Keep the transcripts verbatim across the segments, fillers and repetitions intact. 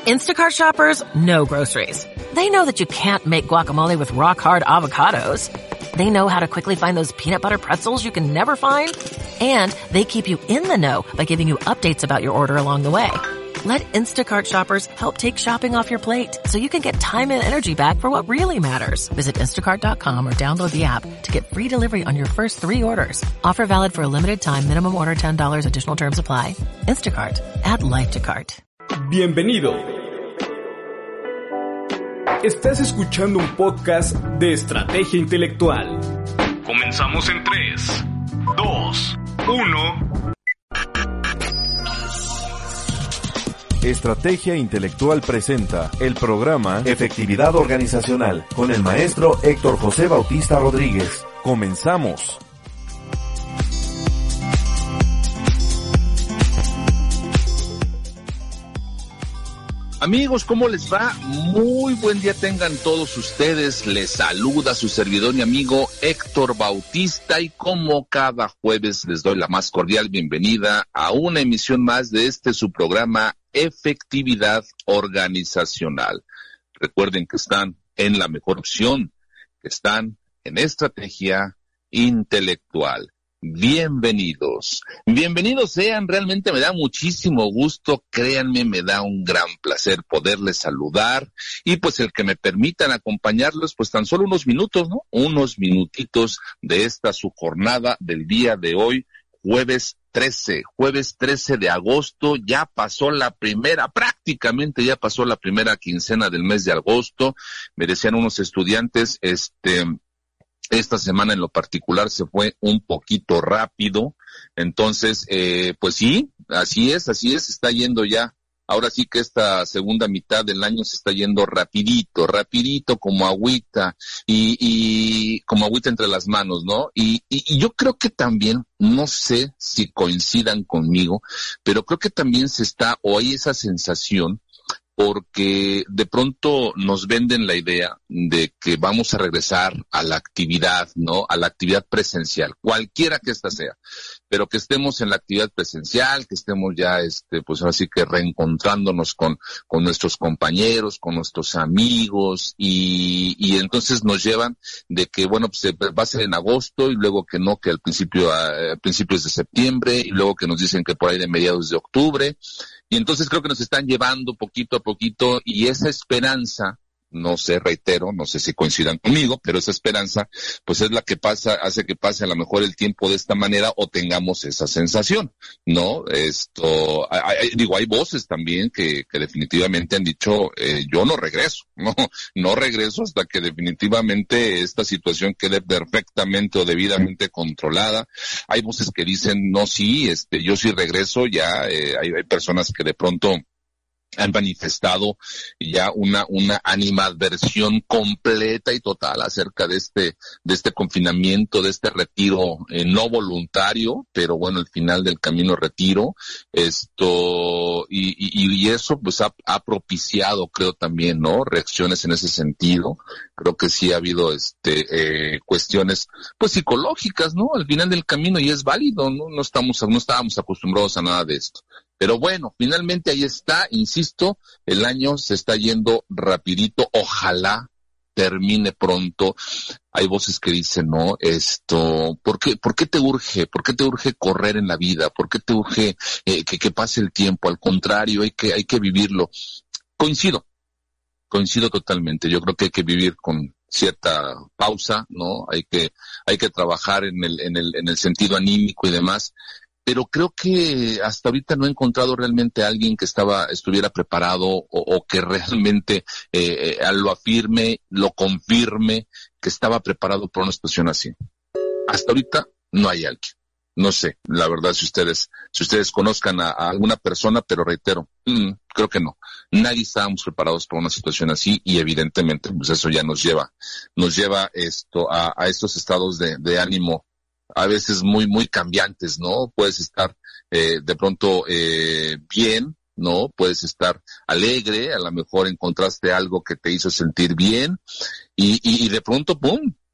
Instacart shoppers know groceries. They know that you can't make guacamole with rock-hard avocados. They know how to quickly find those peanut butter pretzels you can never find. And they keep you in the know by giving you updates about your order along the way. Let Instacart shoppers help take shopping off your plate so you can get time and energy back for what really matters. Visit instacart dot com or download the app to get free delivery on your first three orders. Offer valid for a limited time. Minimum order ten dollars. Additional terms apply. Instacart. Add life to cart. Bienvenido. Estás escuchando un podcast de Estrategia Intelectual. Comenzamos en tres, dos, uno. Estrategia Intelectual presenta el programa Efectividad Organizacional con el maestro Héctor José Bautista Rodríguez. Comenzamos. Amigos, ¿cómo les va? Muy buen día tengan todos ustedes. Les saluda su servidor y amigo Héctor Bautista y como cada jueves les doy la más cordial bienvenida a una emisión más de este su programa Efectividad Organizacional. Recuerden que están en la mejor opción, que están en Estrategia Intelectual. Bienvenidos, bienvenidos sean, realmente me da muchísimo gusto, créanme, me da un gran placer poderles saludar y pues el que me permitan acompañarlos pues tan solo unos minutos, ¿no? Unos minutitos de esta su jornada del día de hoy, jueves trece, jueves trece de agosto, ya pasó la primera, prácticamente ya pasó la primera quincena del mes de agosto, me decían unos estudiantes, este... Esta semana en lo particular se fue un poquito rápido, entonces, eh, pues sí, así es, así es, está yendo ya, ahora sí que esta segunda mitad del año se está yendo rapidito, rapidito como agüita, y, y como agüita entre las manos, ¿no? Y, y, y yo creo que también, no sé si coincidan conmigo, pero creo que también se está, o hay esa sensación, porque de pronto nos venden la idea de que vamos a regresar a la actividad, ¿no? A la actividad presencial, cualquiera que ésta sea, pero que estemos en la actividad presencial, que estemos ya, este, pues así que reencontrándonos con, con nuestros compañeros, con nuestros amigos, y, y entonces nos llevan de que, bueno, pues va a ser en agosto, y luego que no, que al principio, a, a principios de septiembre, y luego que nos dicen que por ahí de mediados de octubre, y entonces creo que nos están llevando poquito a poquito y esa esperanza, no sé, reitero, no sé si coincidan conmigo, pero esa esperanza pues es la que pasa, hace que pase a lo mejor el tiempo de esta manera o tengamos esa sensación, ¿no? Esto, hay, digo, hay voces también que, que definitivamente han dicho, eh, yo no regreso, no, no regreso hasta que definitivamente esta situación quede perfectamente o debidamente controlada. Hay voces que dicen, no, sí, este, yo sí regreso, ya, eh, hay, hay personas que de pronto han manifestado ya una una animadversión completa y total acerca de este de este confinamiento, de este retiro eh, no voluntario, pero bueno, el final del camino retiro, esto y y, y eso pues ha, ha propiciado, creo también, ¿no? Reacciones en ese sentido. Creo que sí ha habido este eh, cuestiones pues psicológicas, ¿no? Al final del camino y es válido, ¿no? No estamos no estábamos acostumbrados a nada de esto. Pero bueno, finalmente ahí está, insisto, el año se está yendo rapidito, ojalá termine pronto. Hay voces que dicen, no, esto, ¿por qué, por qué te urge? ¿Por qué te urge correr en la vida? ¿Por qué te urge eh, que, que pase el tiempo? Al contrario, hay que, hay que vivirlo. Coincido, coincido totalmente. Yo creo que hay que vivir con cierta pausa, ¿no? Hay que, hay que trabajar en el, en el, en el sentido anímico y demás. Pero creo que hasta ahorita no he encontrado realmente a alguien que estaba, estuviera preparado o, o que realmente eh, eh, lo afirme, lo confirme, que estaba preparado para una situación así. Hasta ahorita no hay alguien. No sé, la verdad, si ustedes, si ustedes conozcan a, a alguna persona, pero reitero, mmm, creo que no. Nadie estábamos preparados para una situación así y evidentemente, pues eso ya nos lleva, nos lleva esto a, a estos estados de, de ánimo a veces muy, muy cambiantes, ¿no? Puedes estar eh, de pronto eh, bien, ¿no? Puedes estar alegre, a lo mejor encontraste algo que te hizo sentir bien y, y, y de pronto, ¡pum!,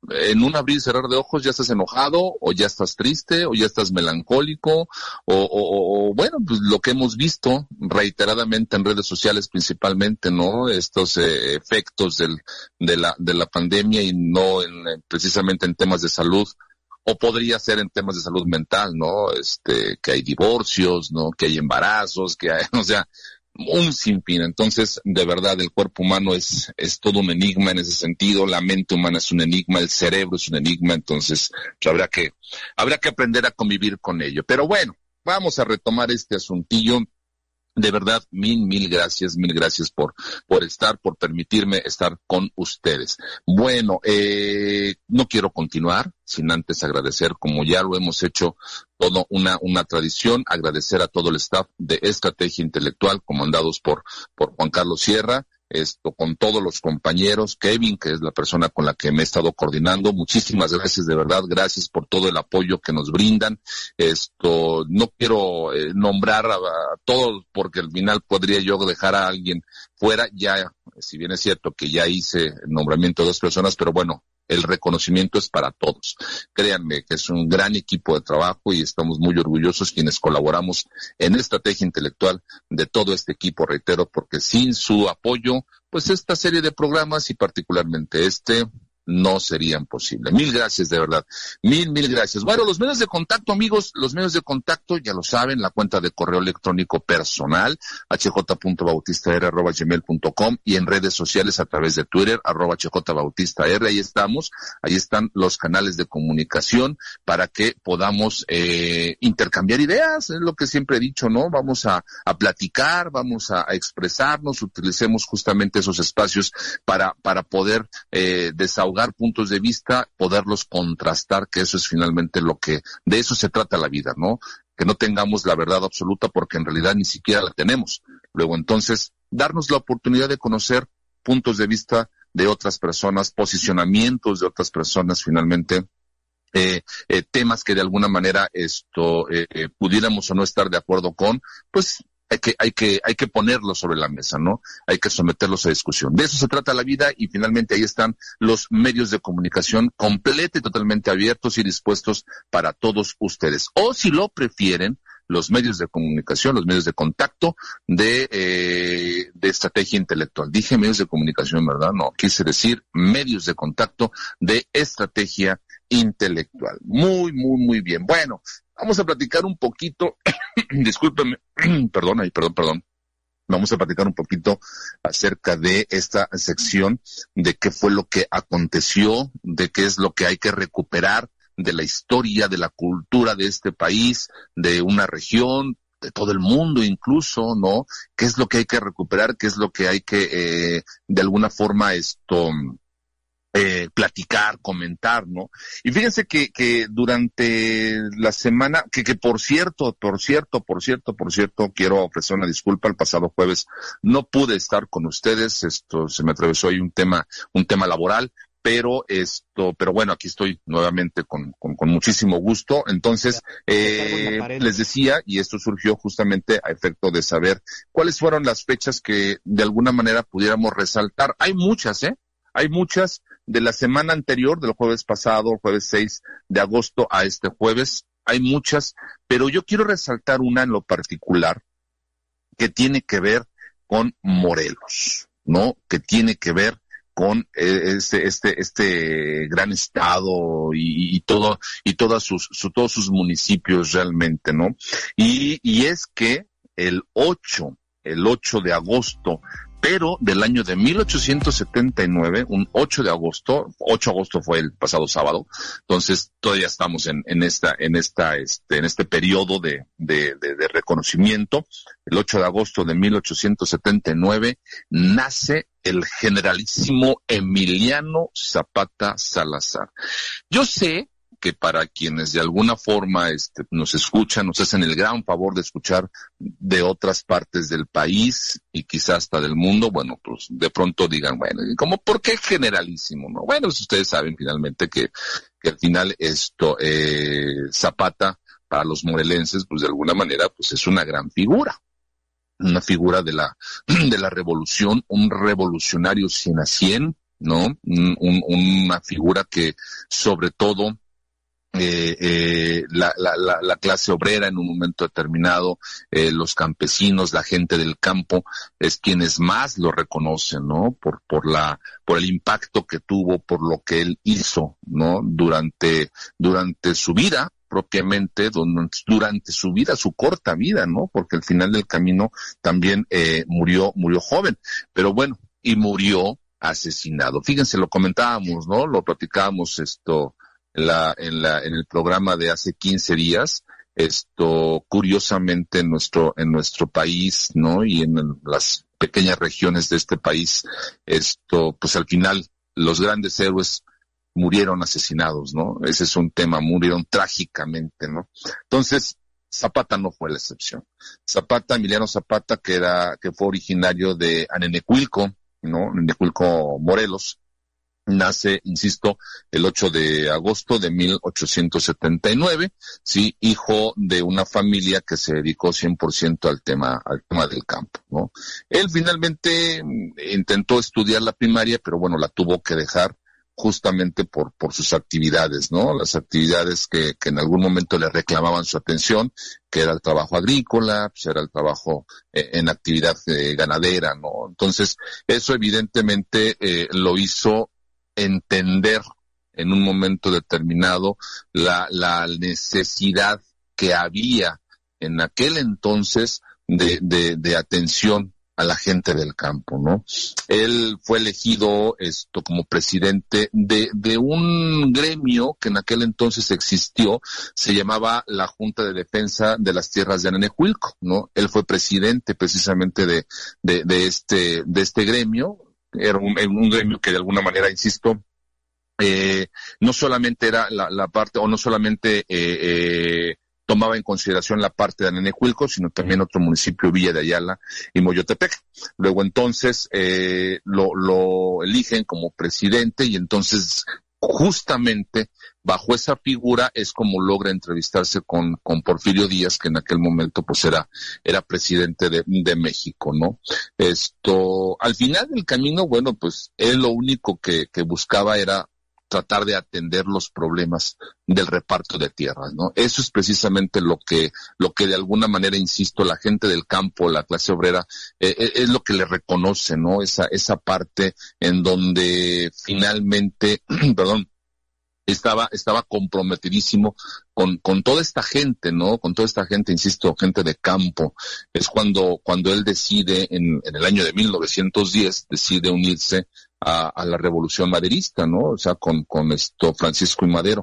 en un abrir y cerrar de ojos ya estás enojado, o ya estás triste, o ya estás melancólico, o, o, o bueno, pues lo que hemos visto reiteradamente en redes sociales principalmente, ¿no? Estos eh, efectos del, de la, de la pandemia y no en, precisamente en temas de salud, o podría ser en temas de salud mental, ¿no? Este, que hay divorcios, ¿no? Que hay embarazos, que hay, o sea, un sinfín. Entonces, de verdad, el cuerpo humano es, es todo un enigma en ese sentido, la mente humana es un enigma, el cerebro es un enigma, entonces, pues, habrá que, habrá que aprender a convivir con ello. Pero bueno, vamos a retomar este asuntillo. De verdad, mil, mil gracias, mil gracias por, por estar, por permitirme estar con ustedes. Bueno, eh, no quiero continuar sin antes agradecer, como ya lo hemos hecho, todo una, una tradición, agradecer a todo el staff de Estrategia Intelectual, comandados por, por Juan Carlos Sierra, esto con todos los compañeros, Kevin, que es la persona con la que me he estado coordinando. Muchísimas gracias, de verdad, gracias por todo el apoyo que nos brindan. Esto, no quiero eh, nombrar a, a todos, porque al final podría yo dejar a alguien fuera. Ya, si bien es cierto que ya hice el nombramiento de dos personas, pero bueno, el reconocimiento es para todos. Créanme que es un gran equipo de trabajo y estamos muy orgullosos quienes colaboramos en Estrategia Intelectual de todo este equipo, reitero, porque sin su apoyo, pues esta serie de programas y particularmente este no serían posibles. Mil gracias, de verdad. Mil, mil gracias. Bueno, los medios de contacto, amigos, los medios de contacto, ya lo saben, la cuenta de correo electrónico personal, h j punto bautista r arroba gmail punto com, y en redes sociales a través de Twitter, arroba hjbautistaR, ahí estamos, ahí están los canales de comunicación para que podamos eh, intercambiar ideas, es lo que siempre he dicho, ¿no? Vamos a, a platicar, vamos a, a expresarnos, utilicemos justamente esos espacios para, para poder eh, desahogar puntos de vista, poderlos contrastar, que eso es finalmente lo que, de eso se trata la vida, ¿no? Que no tengamos la verdad absoluta porque en realidad ni siquiera la tenemos. Luego entonces, darnos la oportunidad de conocer puntos de vista de otras personas, posicionamientos de otras personas finalmente, eh, eh, temas que de alguna manera esto, eh, eh, pudiéramos o no estar de acuerdo con, pues, Hay que, hay que, hay que ponerlos sobre la mesa, ¿no? Hay que someterlos a discusión. De eso se trata la vida y finalmente ahí están los medios de comunicación completos y totalmente abiertos y dispuestos para todos ustedes. O si lo prefieren, los medios de comunicación, los medios de contacto de, eh, de Estrategia Intelectual. Dije medios de comunicación, ¿verdad? No, quise decir medios de contacto de Estrategia Intelectual. Muy, muy, muy bien. Bueno, vamos a platicar un poquito, discúlpenme, perdón, ay, perdón, perdón. Vamos a platicar un poquito acerca de esta sección, de qué fue lo que aconteció, de qué es lo que hay que recuperar de la historia, de la cultura de este país, de una región, de todo el mundo incluso, ¿no? ¿Qué es lo que hay que recuperar? ¿Qué es lo que hay que, eh, de alguna forma, esto... Eh, platicar, comentar, ¿no? Y fíjense que, que durante la semana, que, que por cierto, por cierto, por cierto, por cierto, quiero ofrecer una disculpa. El pasado jueves no pude estar con ustedes, esto se me atravesó ahí un tema, un tema laboral, pero esto, pero bueno, aquí estoy nuevamente con, con, con muchísimo gusto. Entonces, eh, les decía, y esto surgió justamente a efecto de saber cuáles fueron las fechas que de alguna manera pudiéramos resaltar. Hay muchas, ¿eh? Hay muchas. De la semana anterior, del jueves pasado, jueves seis de agosto a este jueves, hay muchas, pero yo quiero resaltar una en lo particular que tiene que ver con Morelos, ¿no? Que tiene que ver con eh, este, este, este gran estado y, y todo, y todas sus, su, todos sus municipios realmente, ¿no? Y, y es que el ocho, el ocho de agosto, pero del año de mil ochocientos setenta y nueve, un ocho de agosto, ocho de agosto fue el pasado sábado, entonces todavía estamos en, en esta, en esta, este, en este periodo de, de, de, de reconocimiento. El ocho de agosto de mil ochocientos setenta y nueve nace el generalísimo Emiliano Zapata Salazar. Yo sé que para quienes de alguna forma este, nos escuchan, nos hacen el gran favor de escuchar de otras partes del país y quizás hasta del mundo, bueno, pues de pronto digan, bueno, ¿cómo por qué generalísimo? No, bueno, pues ustedes saben finalmente que, que al final esto, eh, Zapata, para los morelenses, pues de alguna manera, pues es una gran figura. Una figura de la, de la revolución, un revolucionario cien a cien, ¿no? Un, un, una figura que sobre todo Eh, eh, la, la, la, la clase obrera en un momento determinado, eh, los campesinos, la gente del campo, es quienes más lo reconocen, ¿no? Por, por la, por el impacto que tuvo, por lo que él hizo, ¿no? Durante, durante su vida, propiamente, durante su vida, su corta vida, ¿no? Porque al final del camino también, eh, murió, murió joven. Pero bueno, y murió asesinado. Fíjense, lo comentábamos, ¿no? Lo platicábamos esto, La, en la, en el programa de hace quince días, esto, curiosamente en nuestro, en nuestro país, ¿no? Y en las pequeñas regiones de este país, esto, pues al final, los grandes héroes murieron asesinados, ¿no? Ese es un tema, murieron trágicamente, ¿no? Entonces, Zapata no fue la excepción. Zapata, Emiliano Zapata, que era, que fue originario de Anenecuilco, ¿no? Anenecuilco, Morelos, nace, insisto, el ocho de agosto de mil ochocientos setenta y nueve, sí, hijo de una familia que se dedicó cien por ciento al tema, al tema del campo, ¿no? Él finalmente intentó estudiar la primaria, pero bueno, la tuvo que dejar justamente por, por sus actividades, ¿no? Las actividades que, que en algún momento le reclamaban su atención, que era el trabajo agrícola, pues era el trabajo eh, en actividad eh, ganadera, ¿no? Entonces, eso evidentemente eh, lo hizo entender en un momento determinado la, la necesidad que había en aquel entonces de, de, de atención a la gente del campo, ¿no? Él fue elegido esto como presidente de, de un gremio que en aquel entonces existió, se llamaba la Junta de Defensa de las Tierras de Anenecuilco, ¿no? Él fue presidente precisamente de, de, de este, de este gremio. Era un, un gremio que de alguna manera, insisto, eh, no solamente era la, la parte, o no solamente eh, eh, tomaba en consideración la parte de Anenecuilco, sino también otro municipio, Villa de Ayala y Moyotepec. Luego entonces eh, lo, lo eligen como presidente y entonces justamente bajo esa figura es como logra entrevistarse con, con Porfirio Díaz, que en aquel momento pues era, era presidente de, de México, ¿no? Esto, al final del camino, bueno, pues él lo único que, que buscaba era tratar de atender los problemas del reparto de tierras, ¿no? Eso es precisamente lo que, lo que de alguna manera, insisto, la gente del campo, la clase obrera, eh, es lo que le reconoce, ¿no? Esa, esa parte en donde finalmente, perdón, estaba, estaba comprometidísimo con, con toda esta gente, ¿no? Con toda esta gente, insisto, gente de campo. Es cuando, cuando él decide en, en el año de mil novecientos diez, decide unirse a, a la revolución maderista, ¿no? O sea, con, con esto, Francisco y Madero.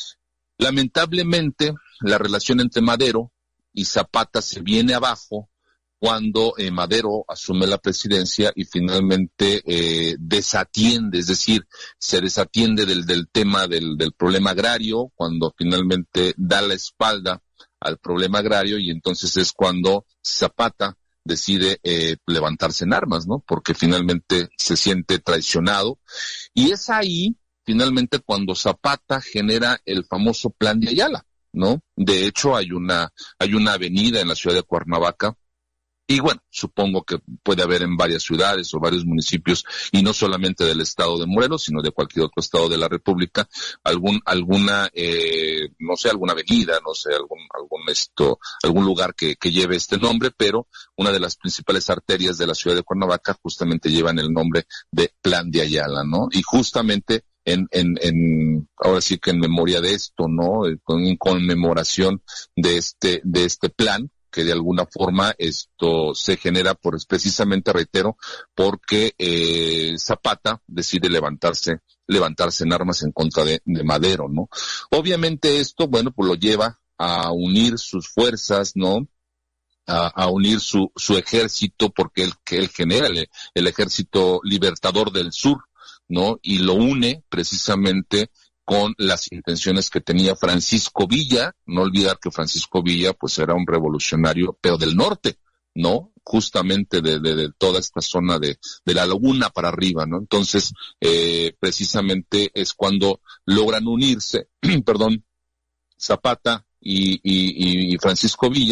Lamentablemente, la relación entre Madero y Zapata se viene abajo cuando eh, Madero asume la presidencia y finalmente eh, desatiende, es decir, se desatiende del, del tema del, del problema agrario, cuando finalmente da la espalda al problema agrario y entonces es cuando Zapata decide eh, levantarse en armas, ¿no? Porque finalmente se siente traicionado y es ahí finalmente cuando Zapata genera el famoso Plan de Ayala, ¿no? De hecho hay una, hay una avenida en la ciudad de Cuernavaca. Y bueno, supongo que puede haber en varias ciudades o varios municipios, y no solamente del estado de Morelos, sino de cualquier otro estado de la República, algún, alguna, eh, no sé, alguna avenida, no sé, algún, algún esto, algún lugar que, que lleve este nombre, pero una de las principales arterias de la ciudad de Cuernavaca justamente llevan el nombre de Plan de Ayala, ¿no? Y justamente en, en, en, ahora sí que en memoria de esto, ¿no? En conmemoración de este, de este plan, que de alguna forma esto se genera por, precisamente, reitero, porque eh, Zapata decide levantarse, levantarse en armas en contra de, de Madero, ¿no? Obviamente esto, bueno, pues lo lleva a unir sus fuerzas, ¿no? A, a unir su, su ejército, porque él, que él genera el, el Ejército Libertador del Sur, ¿no? Y lo une precisamente con las intenciones que tenía Francisco Villa. No olvidar que Francisco Villa pues era un revolucionario, pero del norte, ¿no? Justamente de, de, de toda esta zona de, de la laguna para arriba, ¿no? Entonces, eh, precisamente es cuando logran unirse, perdón, Zapata y, y, y Francisco Villa,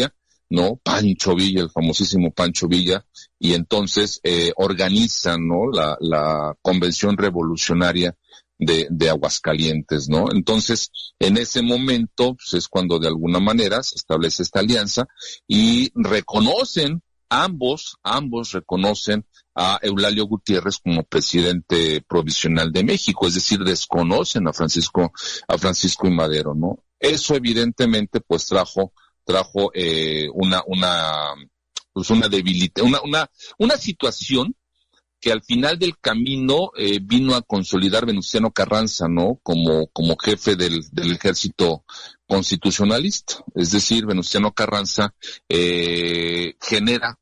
¿no? Pancho Villa, el famosísimo Pancho Villa, y entonces eh, organizan, ¿no? La, la Convención Revolucionaria de, de Aguascalientes, ¿no? Entonces, en ese momento, pues es cuando de alguna manera se establece esta alianza y reconocen, ambos, ambos reconocen a Eulalio Gutiérrez como presidente provisional de México, es decir, desconocen a Francisco, a Francisco I. Madero, ¿no? Eso evidentemente, pues trajo, trajo, eh, una, una, pues una debilidad, una, una, una situación que al final del camino eh, vino a consolidar Venustiano Carranza, ¿no? Como, como jefe del, del ejército constitucionalista. Es decir, Venustiano Carranza eh, genera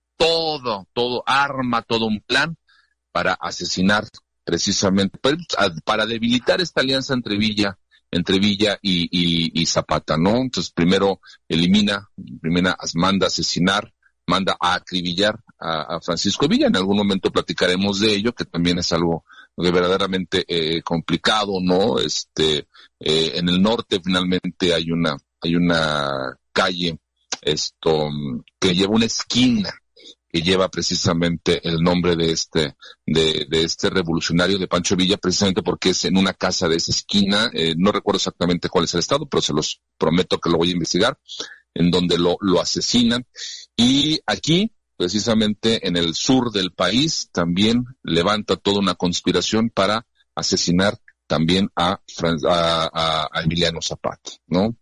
todo, todo, arma todo un plan para asesinar precisamente, para, para debilitar esta alianza entre Villa, entre Villa y, y, y Zapata, ¿no? Entonces primero elimina, primero manda a asesinar, manda a acribillar a, a Francisco Villa. En algún momento platicaremos de ello, que también es algo de verdaderamente eh, complicado, ¿no? Este, eh, en el norte finalmente hay una, hay una calle, esto, que lleva una esquina, que lleva precisamente el nombre de este, de, de este revolucionario de Pancho Villa, precisamente porque es en una casa de esa esquina, eh, no recuerdo exactamente cuál es el estado, pero se los prometo que lo voy a investigar, en donde lo, lo asesinan. Y aquí, precisamente en el sur del país, también levanta toda una conspiración para asesinar también a, a, a, a Emiliano Zapata, ¿no?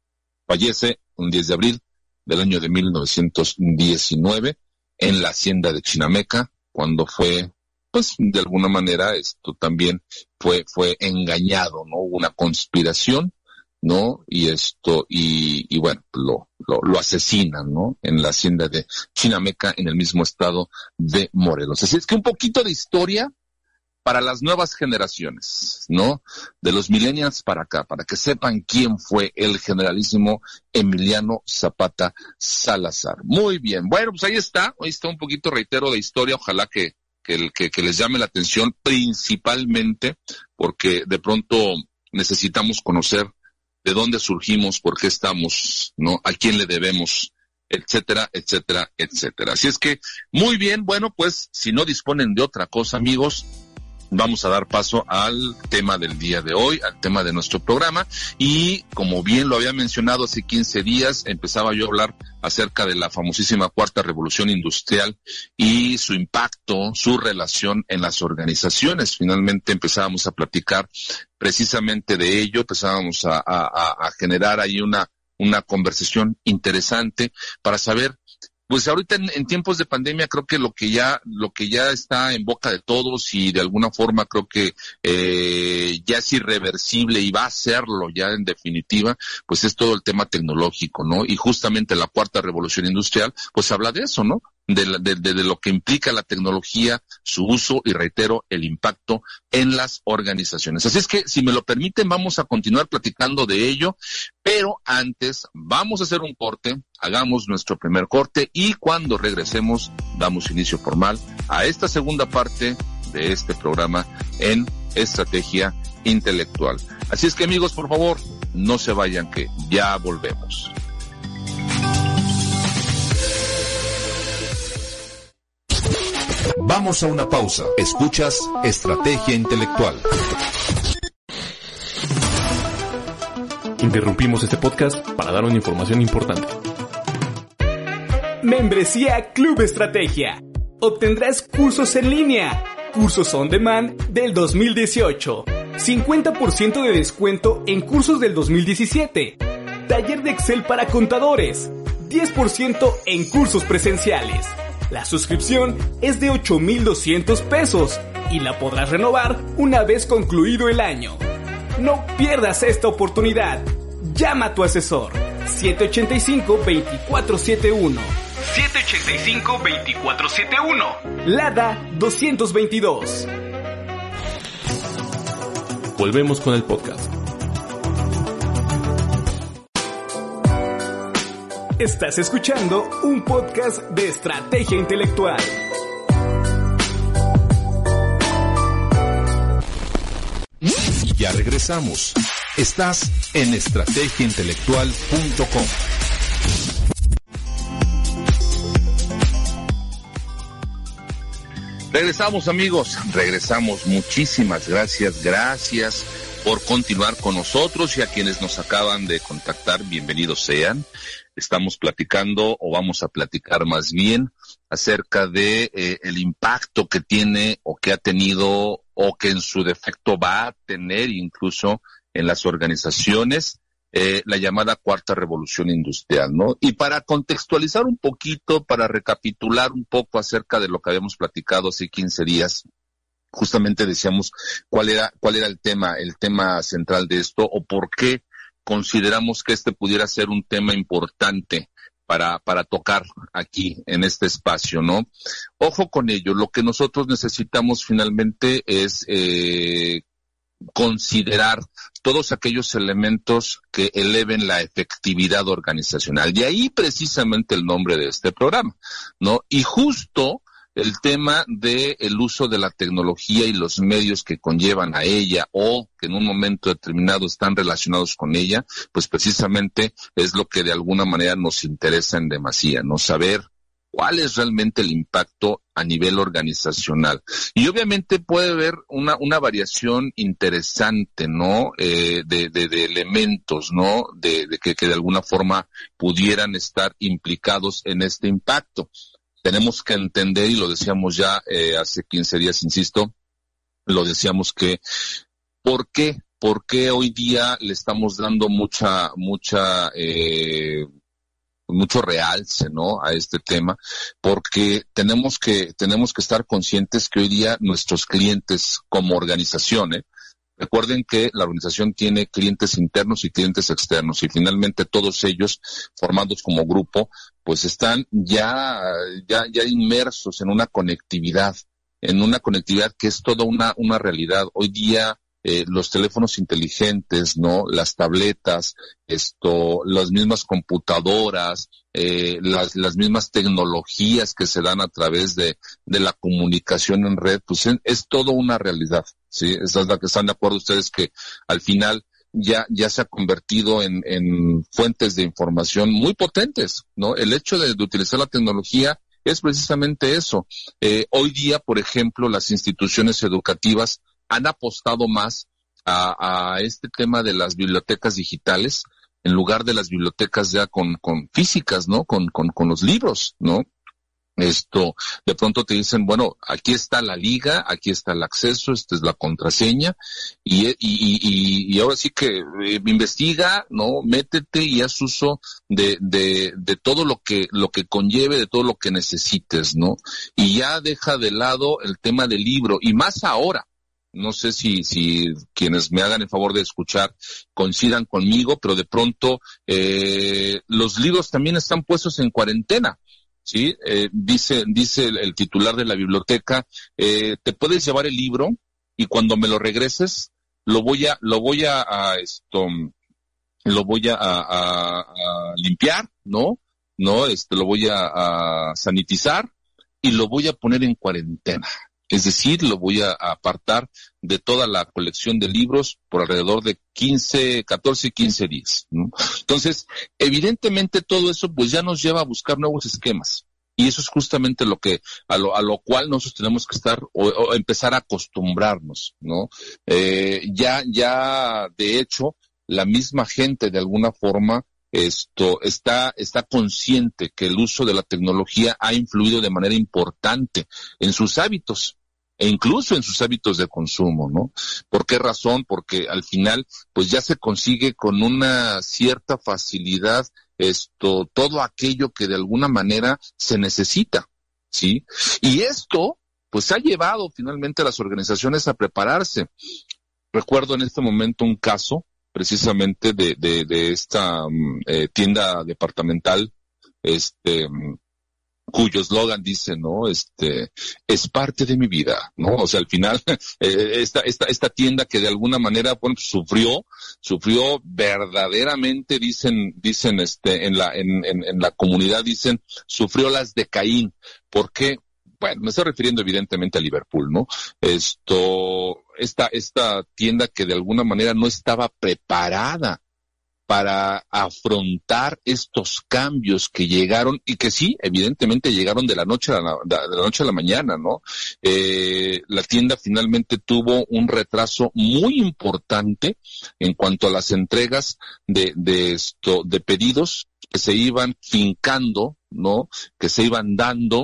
Fallece un diez de abril del año de mil novecientos diecinueve en la hacienda de Chinameca, cuando fue, pues, de alguna manera, esto también fue, fue engañado, ¿no? Hubo una conspiración, ¿no? Y esto, y, y bueno, lo, lo, lo asesinan, ¿no? En la hacienda de Chinameca, en el mismo estado de Morelos. Así es que un poquito de historia para las nuevas generaciones, ¿no? De los millennials para acá, para que sepan quién fue el generalísimo Emiliano Zapata Salazar. Muy bien, bueno, pues ahí está, ahí está un poquito, reitero, de historia, ojalá que, que, que, que les llame la atención, principalmente porque de pronto necesitamos conocer de dónde surgimos, por qué estamos, ¿no? A quién le debemos, etcétera, etcétera, etcétera. Así es que, muy bien, bueno, pues, si no disponen de otra cosa, amigos, vamos a dar paso al tema del día de hoy, al tema de nuestro programa, y como bien lo había mencionado hace quince días, empezaba yo a hablar acerca de la famosísima Cuarta Revolución Industrial y su impacto, su relación en las organizaciones. Finalmente empezábamos a platicar precisamente de ello, empezábamos a, a, a generar ahí una, una conversación interesante para saber. Pues ahorita en, en tiempos de pandemia creo que lo que ya lo que ya está en boca de todos y de alguna forma creo que eh, ya es irreversible y va a serlo ya en definitiva, pues es todo el tema tecnológico, ¿no? Y justamente la Cuarta Revolución Industrial pues habla de eso, ¿no? De, de, de, de lo que implica la tecnología, su uso y, reitero, el impacto en las organizaciones. Así es que, si me lo permiten, vamos a continuar platicando de ello, pero antes vamos a hacer un corte, hagamos nuestro primer corte y cuando regresemos damos inicio formal a esta segunda parte de este programa en Estrategia Intelectual. Así es que, amigos, por favor, no se vayan, que ya volvemos. Vamos a una pausa. Escuchas Estrategia Intelectual. Interrumpimos este podcast para dar una información importante. Membresía Club Estrategia. Obtendrás cursos en línea, cursos on demand del dos mil dieciocho, cincuenta por ciento de descuento en cursos del dos mil diecisiete, taller de Excel para contadores, diez por ciento en cursos presenciales. La suscripción es de ocho mil doscientos pesos y la podrás renovar una vez concluido el año. No pierdas esta oportunidad. Llama a tu asesor siete ochenta y cinco, veinticuatro setenta y uno. siete ochenta y cinco, veinticuatro setenta y uno. Lada doscientos veintidós. Volvemos con el podcast. Estás escuchando un podcast de Estrategia Intelectual. Y ya regresamos. Estás en estrategia intelectual punto com. Regresamos, amigos, regresamos. Muchísimas gracias, gracias por continuar con nosotros, y a quienes nos acaban de contactar, bienvenidos sean. Estamos platicando, o vamos a platicar más bien, acerca de eh, el impacto que tiene o que ha tenido o que en su defecto va a tener incluso en las organizaciones, eh, la llamada cuarta revolución industrial, ¿no? Y para contextualizar un poquito, para recapitular un poco acerca de lo que habíamos platicado hace quince días, justamente decíamos cuál era, cuál era el tema, el tema central de esto, o por qué consideramos que este pudiera ser un tema importante para, para tocar aquí en este espacio, ¿no? Ojo con ello, lo que nosotros necesitamos finalmente es, eh, considerar todos aquellos elementos que eleven la efectividad organizacional. De ahí precisamente el nombre de este programa, ¿no? Y justo el tema de el uso de la tecnología y los medios que conllevan a ella, o que en un momento determinado están relacionados con ella, pues precisamente es lo que de alguna manera nos interesa en demasía, ¿no? Saber cuál es realmente el impacto a nivel organizacional. Y obviamente puede haber una, una variación interesante, ¿no? Eh, de, de, de elementos, ¿no? De, de que, que de alguna forma pudieran estar implicados en este impacto. Tenemos que entender, y lo decíamos ya eh, hace quince días, insisto, lo decíamos que, ¿por qué? ¿Por qué hoy día le estamos dando mucha, mucha, eh, mucho realce, ¿no? A este tema? Porque tenemos que, tenemos que estar conscientes que hoy día nuestros clientes como organización, ¿eh? Recuerden que la organización tiene clientes internos y clientes externos, y finalmente todos ellos, formados como grupo, pues están ya, ya, ya inmersos en una conectividad, en una conectividad que es toda una, una realidad. Hoy día, eh, los teléfonos inteligentes, ¿no? Las tabletas, esto, las mismas computadoras, eh, las, las mismas tecnologías que se dan a través de, de la comunicación en red, pues es, es todo una realidad, ¿sí? ¿Están, están de acuerdo ustedes que al final ya, ya se ha convertido en, en fuentes de información muy potentes, ¿no? El hecho de, de utilizar la tecnología es precisamente eso. Eh, hoy día, por ejemplo, las instituciones educativas han apostado más a, a este tema de las bibliotecas digitales, en lugar de las bibliotecas ya con, con físicas, ¿no? Con, con, con los libros, ¿no? Esto, de pronto te dicen, bueno, aquí está la liga, aquí está el acceso, esta es la contraseña, y, y, y, y ahora sí que eh, investiga, ¿no? Métete y haz uso de, de, de todo lo que, lo que conlleve, de todo lo que necesites, ¿no? Y ya deja de lado el tema del libro, y más ahora. No sé si, si quienes me hagan el favor de escuchar coincidan conmigo, pero de pronto, eh, los libros también están puestos en cuarentena. Sí, eh, dice, dice el, el titular de la biblioteca, eh, te puedes llevar el libro y cuando me lo regreses, lo voy a, lo voy a, a esto, lo voy a, a, a limpiar, ¿no? No, este, lo voy a, a sanitizar y lo voy a poner en cuarentena. Es decir, lo voy a, a apartar de toda la colección de libros por alrededor de quince, catorce, quince días, ¿no? Entonces, evidentemente todo eso pues ya nos lleva a buscar nuevos esquemas. Y eso es justamente lo que, a lo, a lo cual nosotros tenemos que estar, o, o empezar a acostumbrarnos, ¿no? Eh, ya, ya, de hecho, la misma gente de alguna forma, esto, está, está consciente que el uso de la tecnología ha influido de manera importante en sus hábitos, e incluso en sus hábitos de consumo, ¿no? ¿Por qué razón? Porque al final, pues ya se consigue con una cierta facilidad esto, todo aquello que de alguna manera se necesita, ¿sí? Y esto, pues ha llevado finalmente a las organizaciones a prepararse. Recuerdo en este momento un caso, precisamente de, de, de esta eh, tienda departamental, este, cuyo eslogan dice, ¿no? Este, es parte de mi vida, ¿no? O sea, al final, eh, esta, esta, esta tienda que de alguna manera, bueno, sufrió, sufrió verdaderamente, dicen, dicen, este, en la, en, en, en la comunidad dicen, sufrió las de Caín. ¿Por qué? Bueno, me estoy refiriendo evidentemente a Liverpool, ¿no? Esto, esta, esta tienda que de alguna manera no estaba preparada para afrontar estos cambios que llegaron y que sí, evidentemente llegaron de la noche a la, de la noche a la mañana, ¿no? Eh, la tienda finalmente tuvo un retraso muy importante en cuanto a las entregas de, de esto, de pedidos que se iban fincando, ¿no? Que se iban dando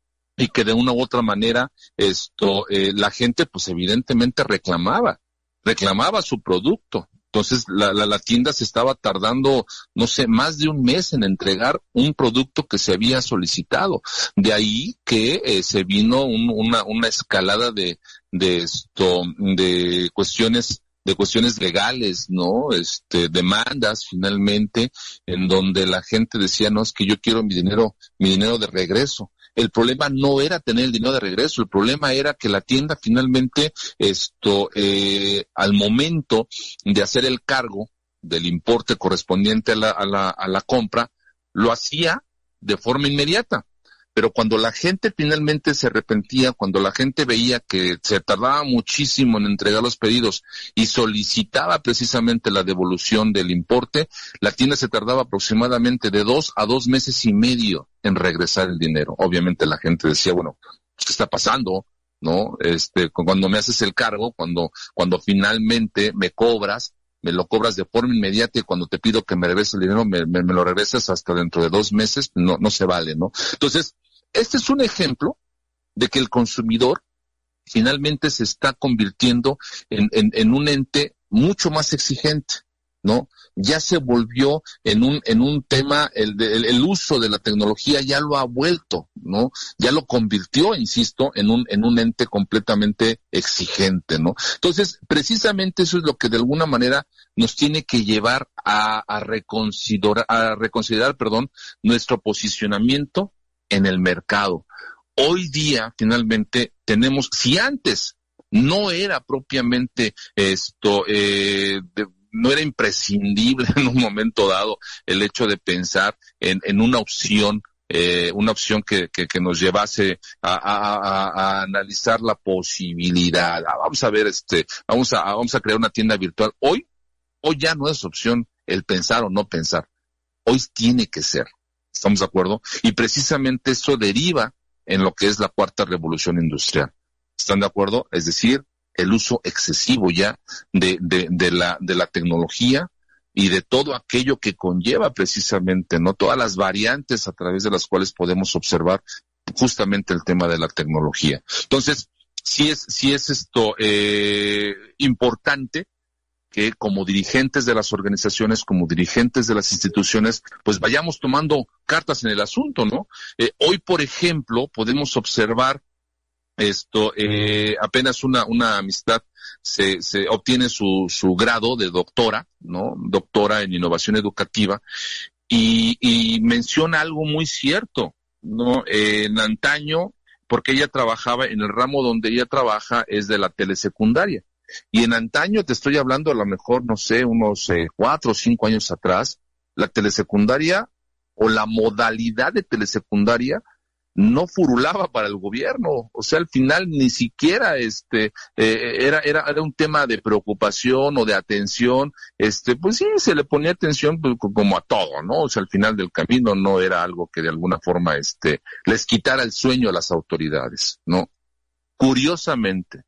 y que de una u otra manera esto, eh, la gente pues evidentemente reclamaba, reclamaba su producto. Entonces, la, la, la tienda se estaba tardando, no sé, más de un mes en entregar un producto que se había solicitado. De ahí que eh, se vino un, una, una escalada de, de esto, de cuestiones, de cuestiones legales, ¿no? Este, demandas finalmente, en donde la gente decía, no, es que yo quiero mi dinero, mi dinero de regreso. El problema no era tener el dinero de regreso, el problema era que la tienda finalmente, esto, eh, al momento de hacer el cargo del importe correspondiente a la, a la, a la compra, lo hacía de forma inmediata. Pero cuando la gente finalmente se arrepentía, cuando la gente veía que se tardaba muchísimo en entregar los pedidos y solicitaba precisamente la devolución del importe, la tienda se tardaba aproximadamente de dos a dos meses y medio en regresar el dinero. Obviamente la gente decía, bueno, ¿qué está pasando? ¿No? Este, cuando me haces el cargo, cuando, cuando finalmente me cobras, me lo cobras de forma inmediata y cuando te pido que me regreses el dinero, me, me, me lo regresas hasta dentro de dos meses, no, no se vale, ¿no? Entonces, este es un ejemplo de que el consumidor finalmente se está convirtiendo en, en, en un ente mucho más exigente, ¿no? Ya se volvió en un, en un tema, el, de, el, el uso de la tecnología ya lo ha vuelto, ¿no? Ya lo convirtió, insisto, en un, en un ente completamente exigente, ¿no? Entonces, precisamente eso es lo que de alguna manera nos tiene que llevar a, a reconsiderar, a reconsiderar, perdón, nuestro posicionamiento en el mercado. Hoy día, finalmente, tenemos, si antes no era propiamente esto, eh, de, no era imprescindible en un momento dado el hecho de pensar en, en una opción, eh, una opción que, que, que nos llevase a, a, a, a analizar la posibilidad. Ah, vamos a ver, este, vamos a, vamos a crear una tienda virtual. Hoy, hoy ya no es opción el pensar o no pensar. Hoy tiene que ser. ¿Estamos de acuerdo? Y precisamente eso deriva en lo que es la cuarta revolución industrial. ¿Están de acuerdo? Es decir, el uso excesivo ya de, de, de la, de la tecnología y de todo aquello que conlleva precisamente, ¿no? Todas las variantes a través de las cuales podemos observar justamente el tema de la tecnología. Entonces, sí es, sí es esto, eh, importante que como dirigentes de las organizaciones, como dirigentes de las instituciones, pues vayamos tomando cartas en el asunto, ¿no? Eh, hoy, por ejemplo, podemos observar esto, eh, apenas una, una amistad se, se obtiene su, su grado de doctora, ¿no? Doctora en innovación educativa, y, y menciona algo muy cierto, ¿no? Eh, en antaño, porque ella trabajaba en el ramo donde ella trabaja, es de la telesecundaria. Y en antaño, te estoy hablando a lo mejor, no sé, unos eh, cuatro o cinco años atrás, la telesecundaria o la modalidad de telesecundaria no furulaba para el gobierno. O sea, al final ni siquiera este eh, era, era era un tema de preocupación o de atención. Este, pues sí, se le ponía atención pues, como a todo, ¿no? O sea, al final del camino no era algo que de alguna forma este les quitara el sueño a las autoridades, ¿no? Curiosamente,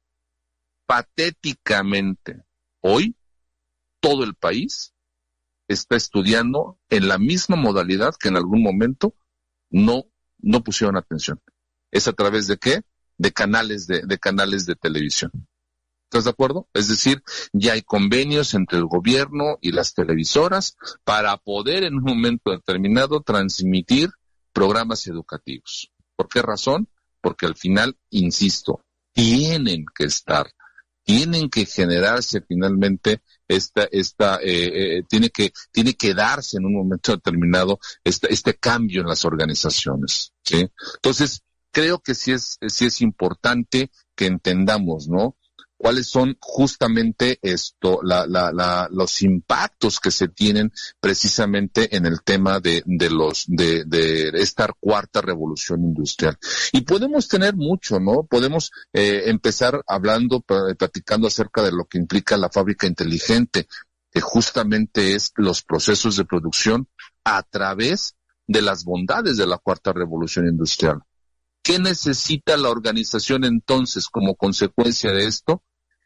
patéticamente, hoy todo el país está estudiando en la misma modalidad que en algún momento no, no pusieron atención. ¿Es a través de qué? De canales de, de canales de televisión. ¿Estás de acuerdo? Es decir, ya hay convenios entre el gobierno y las televisoras para poder en un momento determinado transmitir programas educativos. ¿Por qué razón? Porque al final, insisto, tienen que estar tienen que generarse finalmente esta, esta, eh, eh, tiene que, tiene que darse en un momento determinado este, este cambio en las organizaciones, ¿sí? Entonces, creo que sí es, sí es importante que entendamos, ¿no? Cuáles son justamente esto, la, la, la, los impactos que se tienen precisamente en el tema de, de los, de, de esta cuarta revolución industrial. Y podemos tener mucho, ¿no? Podemos eh, empezar hablando, platicando acerca de lo que implica la fábrica inteligente. que justamente es los procesos de producción a través de las bondades de la cuarta revolución industrial. ¿Qué necesita la organización entonces como consecuencia de esto?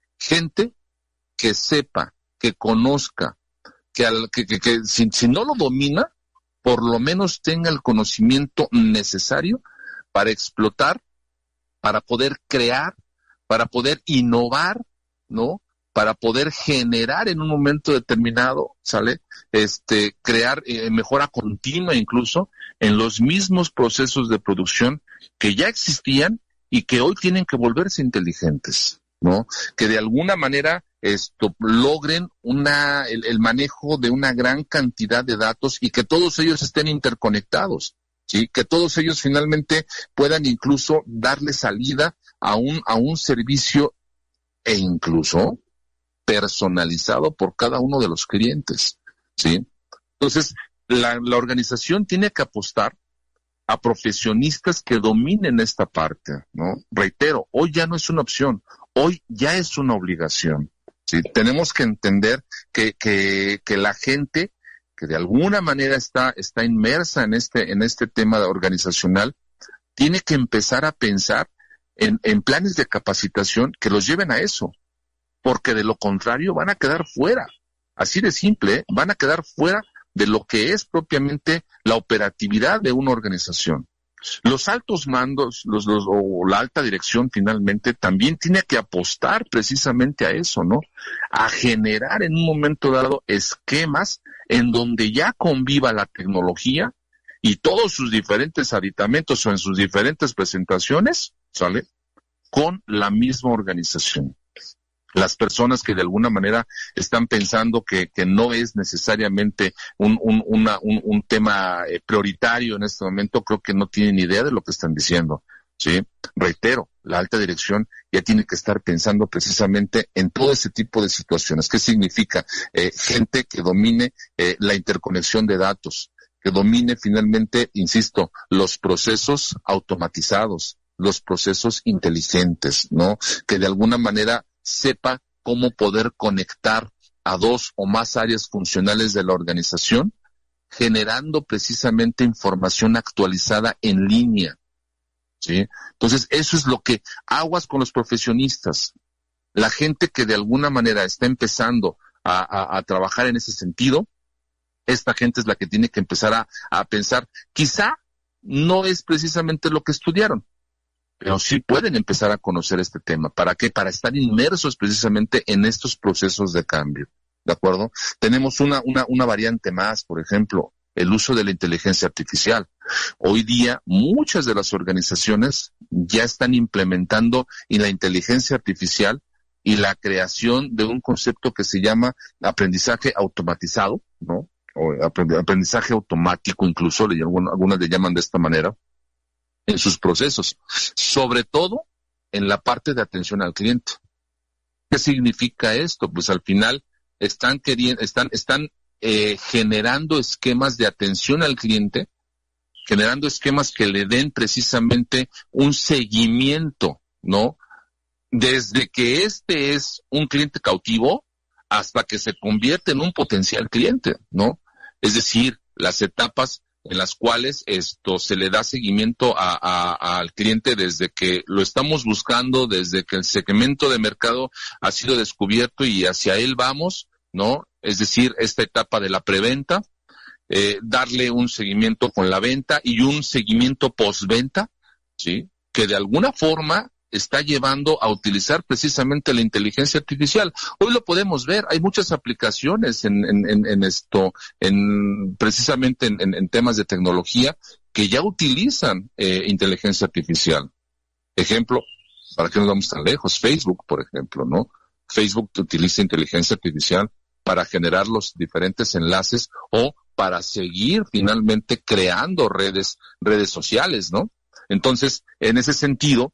Gente que sepa, que conozca, que, al, que, que, que si, si no lo domina, por lo menos tenga el conocimiento necesario para explotar, para poder crear, para poder innovar, ¿no? Para poder generar en un momento determinado, ¿sale? Este, crear eh, mejora continua incluso en los mismos procesos de producción que ya existían y que hoy tienen que volverse inteligentes, ¿no? Que de alguna manera esto logren una el, el manejo de una gran cantidad de datos y que todos ellos estén interconectados, ¿sí? Que todos ellos finalmente puedan incluso darle salida a un a un servicio e incluso personalizado por cada uno de los clientes, ¿sí? Entonces, la, la organización tiene que apostar a profesionistas que dominen esta parte, ¿no? Reitero, hoy ya no es una opción, hoy ya es una obligación, ¿sí? Tenemos que entender que, que, que la gente que de alguna manera está, está inmersa en este, en este tema organizacional, tiene que empezar a pensar en, en planes de capacitación que los lleven a eso, porque de lo contrario van a quedar fuera, así de simple, ¿eh? Van a quedar fuera de lo que es propiamente la operatividad de una organización. Los altos mandos, los, los, o la alta dirección finalmente también tiene que apostar precisamente a eso, ¿no? A generar en un momento dado esquemas en donde ya conviva la tecnología y todos sus diferentes aditamentos o en sus diferentes presentaciones, ¿sale? Con la misma organización. Las personas que de alguna manera están pensando que, que no es necesariamente un, un, una, un, un tema eh, prioritario en este momento, creo que no tienen idea de lo que están diciendo, ¿sí? Reitero, la alta dirección ya tiene que estar pensando precisamente en todo ese tipo de situaciones. ¿Qué significa? Eh, gente que domine eh, la interconexión de datos, que domine finalmente, insisto, los procesos automatizados, los procesos inteligentes, ¿no? Que de alguna manera sepa cómo poder conectar a dos o más áreas funcionales de la organización, generando precisamente información actualizada en línea, ¿sí? Entonces, eso es lo que aguas con los profesionistas. La gente que de alguna manera está empezando a, a, a trabajar en ese sentido, esta gente es la que tiene que empezar a, a pensar, quizá no es precisamente lo que estudiaron, pero sí pueden empezar a conocer este tema. ¿Para qué? Para estar inmersos precisamente en estos procesos de cambio, ¿de acuerdo? Tenemos una, una, una variante más, por ejemplo, el uso de la inteligencia artificial. Hoy día, muchas de las organizaciones ya están implementando en la inteligencia artificial y la creación de un concepto que se llama aprendizaje automatizado, ¿no? O aprendizaje automático, incluso, algunas le llaman de esta manera, en sus procesos, sobre todo en la parte de atención al cliente. ¿Qué significa esto? Pues al final están queriendo, están, están eh, generando esquemas de atención al cliente, generando esquemas que le den precisamente un seguimiento, ¿no? Desde que este es un cliente cautivo hasta que se convierte en un potencial cliente, ¿no? Es decir, las etapas en las cuales esto se le da seguimiento a, a, al cliente desde que lo estamos buscando, desde que el segmento de mercado ha sido descubierto y hacia él vamos, ¿no? Es decir, esta etapa de la preventa, eh, darle un seguimiento con la venta y un seguimiento postventa, ¿sí? Que de alguna forma está llevando a utilizar precisamente la inteligencia artificial. Hoy lo podemos ver, hay muchas aplicaciones en, en, en, en esto, en precisamente en, en, en temas de tecnología que ya utilizan eh, inteligencia artificial. Ejemplo, para que no vamos tan lejos, Facebook, por ejemplo, ¿no? Facebook utiliza inteligencia artificial para generar los diferentes enlaces o para seguir finalmente creando redes, redes sociales, ¿no? Entonces, en ese sentido,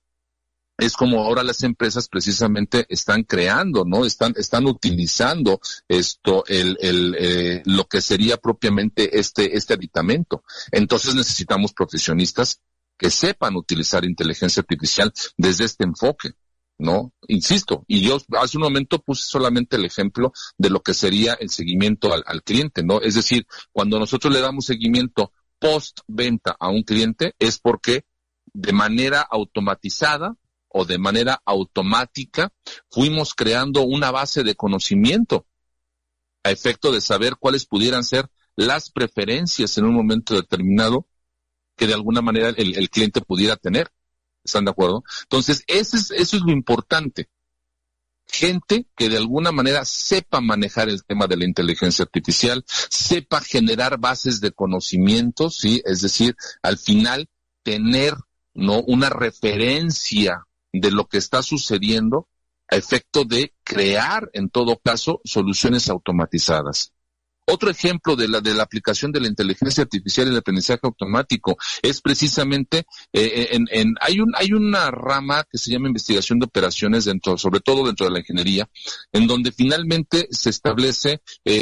es como ahora las empresas precisamente están creando, ¿no? Están, están utilizando esto, el, el, eh, lo que sería propiamente este, este aditamento. Entonces necesitamos profesionistas que sepan utilizar inteligencia artificial desde este enfoque, ¿no? Insisto, y yo hace un momento puse solamente el ejemplo de lo que sería el seguimiento al, al cliente, ¿no? Es decir, cuando nosotros le damos seguimiento post-venta a un cliente es porque de manera automatizada o de manera automática fuimos creando una base de conocimiento a efecto de saber cuáles pudieran ser las preferencias en un momento determinado que de alguna manera el, el cliente pudiera tener. ¿Están de acuerdo? Entonces, ese es, eso es lo importante. Gente que de alguna manera sepa manejar el tema de la inteligencia artificial, sepa generar bases de conocimiento, ¿sí? Es decir, al final tener, ¿no?, una referencia de lo que está sucediendo a efecto de crear, en todo caso, soluciones automatizadas. Otro ejemplo de la de la aplicación de la inteligencia artificial y el aprendizaje automático es precisamente eh, en, en hay un hay una rama que se llama investigación de operaciones dentro, sobre todo dentro de la ingeniería, en donde finalmente se establece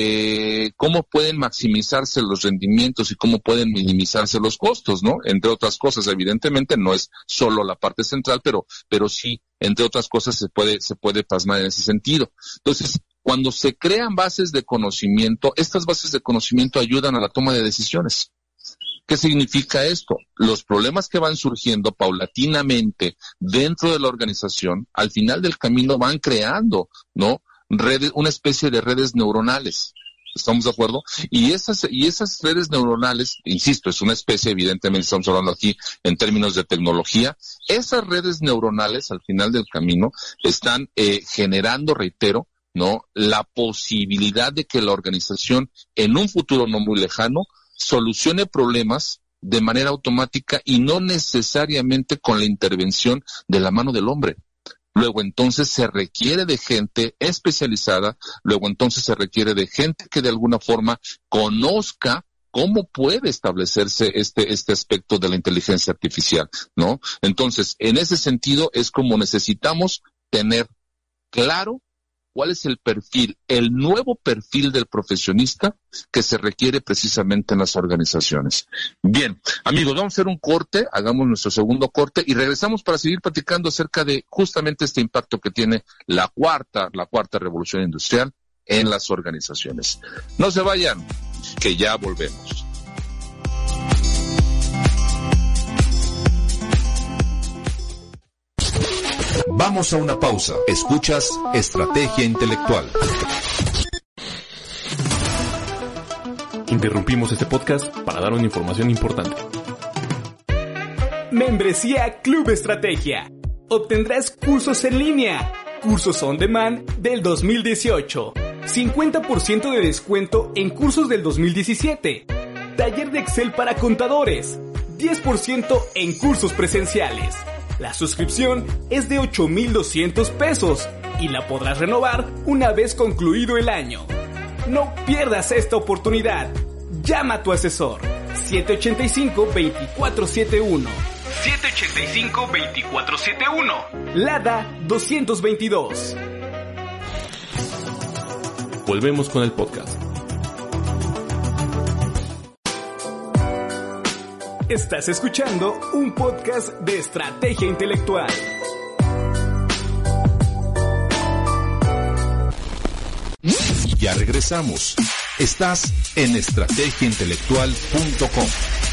eh, cómo pueden maximizarse los rendimientos y cómo pueden minimizarse los costos, ¿no? Entre otras cosas, evidentemente no es solo la parte central, pero pero sí, entre otras cosas se puede se puede plasmar en ese sentido. Entonces, cuando se crean bases de conocimiento, estas bases de conocimiento ayudan a la toma de decisiones. ¿Qué significa esto? Los problemas que van surgiendo paulatinamente dentro de la organización, al final del camino van creando, ¿no?, redes, una especie de redes neuronales. ¿Estamos de acuerdo? Y esas, y esas redes neuronales, insisto, es una especie, evidentemente estamos hablando aquí en términos de tecnología, esas redes neuronales al final del camino están eh, generando, reitero, ¿no?, la posibilidad de que la organización en un futuro no muy lejano solucione problemas de manera automática y no necesariamente con la intervención de la mano del hombre. Luego entonces se requiere de gente especializada, luego entonces se requiere de gente que de alguna forma conozca cómo puede establecerse este este aspecto de la inteligencia artificial, ¿no? Entonces, en ese sentido es como necesitamos tener claro cuál es el perfil, el nuevo perfil del profesionista que se requiere precisamente en las organizaciones. Bien, amigos, vamos a hacer un corte, hagamos nuestro segundo corte y regresamos para seguir platicando acerca de justamente este impacto que tiene la cuarta, la cuarta revolución industrial en las organizaciones. No se vayan, que ya volvemos. Vamos a una pausa. Escuchas Estrategia Intelectual. Interrumpimos este podcast para dar una información importante. Membresía Club Estrategia. Obtendrás cursos en línea, cursos on demand del dos mil dieciocho, cincuenta por ciento de descuento en cursos del dos mil diecisiete, taller de Excel para contadores, diez por ciento en cursos presenciales. La suscripción es de ocho mil doscientos pesos y la podrás renovar una vez concluido el año. No pierdas esta oportunidad. Llama a tu asesor siete ocho cinco, dos cuatro siete uno. siete ocho cinco, dos cuatro siete uno. Lada doscientos veintidós. Volvemos con el podcast. Estás escuchando un podcast de Estrategia Intelectual. Y ya regresamos. Estás en estrategia intelectual punto com.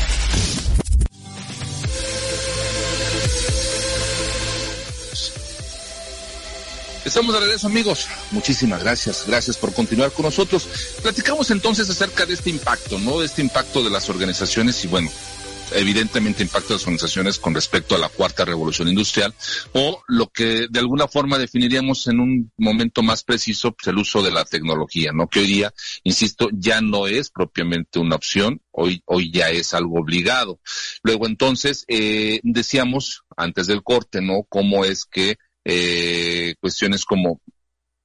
Estamos de regreso, amigos. Muchísimas gracias. Gracias por continuar con nosotros. Platicamos entonces acerca de este impacto, ¿no? De este impacto de las organizaciones y bueno, evidentemente impacto de las organizaciones con respecto a la cuarta revolución industrial o lo que de alguna forma definiríamos en un momento más preciso, pues el uso de la tecnología, ¿no? Que hoy día, insisto, ya no es propiamente una opción, hoy hoy ya es algo obligado. Luego entonces, eh, decíamos antes del corte, ¿no? Cómo es que eh, cuestiones como